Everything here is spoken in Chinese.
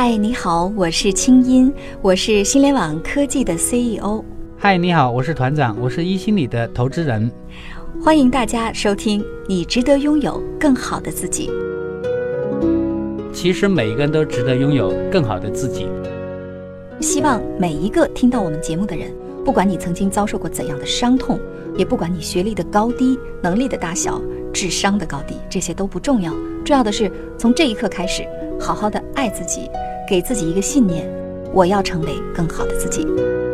嗨，你好，我是清音，我是新联网科技的 CEO。 嗨，你好，我是团长，我是一心理的投资人。 欢迎大家收听你值得拥有更好的自己。 其实每一个人都值得拥有更好的自己。 希望每一个听到我们节目的人，不管你曾经遭受过怎样的伤痛，也不管你学历的高低、能力的大小、智商的高低，这些都不重要，重要的是从这一刻开始好好的爱自己，给自己一个信念，我要成为更好的自己。